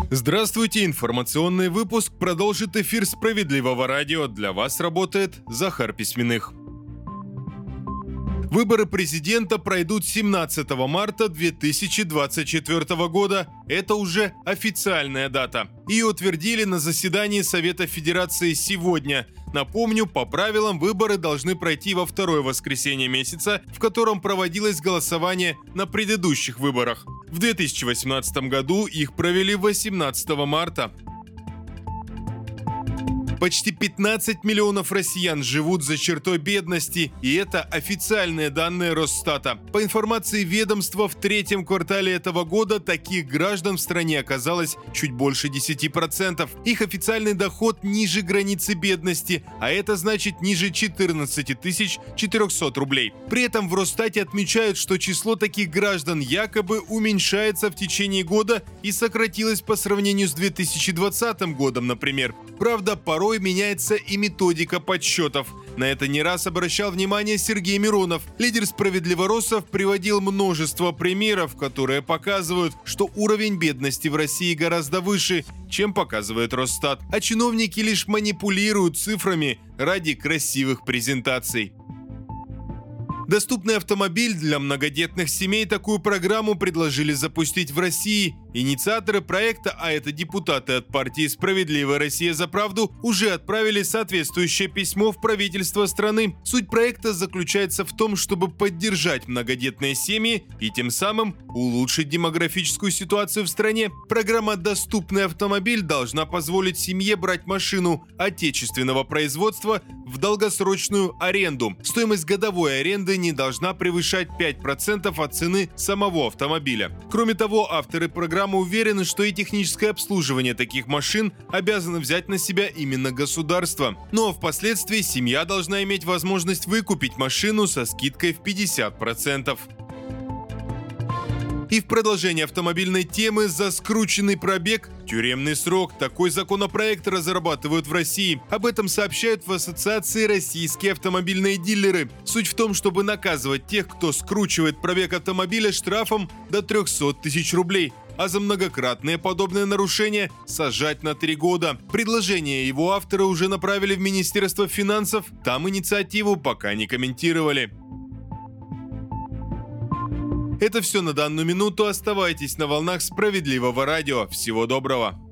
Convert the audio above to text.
Здравствуйте, информационный выпуск продолжит эфир «Справедливого радио». Для вас работает Захар Письменных. Выборы президента пройдут 17 марта 2024 года. Это уже официальная дата. Ее утвердили на заседании Совета Федерации сегодня. Напомню, по правилам выборы должны пройти во второе воскресенье месяца, в котором проводилось голосование на предыдущих выборах. В 2018 году их провели 18 марта. Почти 15 миллионов россиян живут за чертой бедности, и это официальные данные Росстата. По информации ведомства, в третьем квартале этого года таких граждан в стране оказалось чуть больше 10%. Их официальный доход ниже границы бедности, а это значит ниже 14 400 рублей. При этом в Росстате отмечают, что число таких граждан якобы уменьшается в течение года и сократилось по сравнению с 2020 годом, например. Правда, порой меняется и методика подсчетов. На это не раз обращал внимание Сергей Миронов. Лидер справедливороссов приводил множество примеров, которые показывают, что уровень бедности в России гораздо выше, чем показывает Росстат. А чиновники лишь манипулируют цифрами ради красивых презентаций. Доступный автомобиль для многодетных семей. Такую программу предложили запустить в России. Инициаторы проекта, а это депутаты от партии «Справедливая Россия за правду», уже отправили соответствующее письмо в правительство страны. Суть проекта заключается в том, чтобы поддержать многодетные семьи и тем самым улучшить демографическую ситуацию в стране. Программа «Доступный автомобиль» должна позволить семье брать машину отечественного производства в долгосрочную аренду. Стоимость годовой аренды не должна превышать 5% от цены самого автомобиля. Кроме того, авторы программы уверены, что и техническое обслуживание таких машин обязано взять на себя именно государство. Ну а впоследствии семья должна иметь возможность выкупить машину со скидкой в 50%. И в продолжение автомобильной темы: за скрученный пробег – тюремный срок. Такой законопроект разрабатывают в России. Об этом сообщают в Ассоциации «Российские автомобильные дилеры». Суть в том, чтобы наказывать тех, кто скручивает пробег автомобиля штрафом до 300 тысяч рублей. А за многократные подобные нарушения сажать на 3 года. Предложение его авторы уже направили в Министерство финансов. Там инициативу пока не комментировали. Это все на данную минуту. Оставайтесь на волнах Справедливого радио. Всего доброго.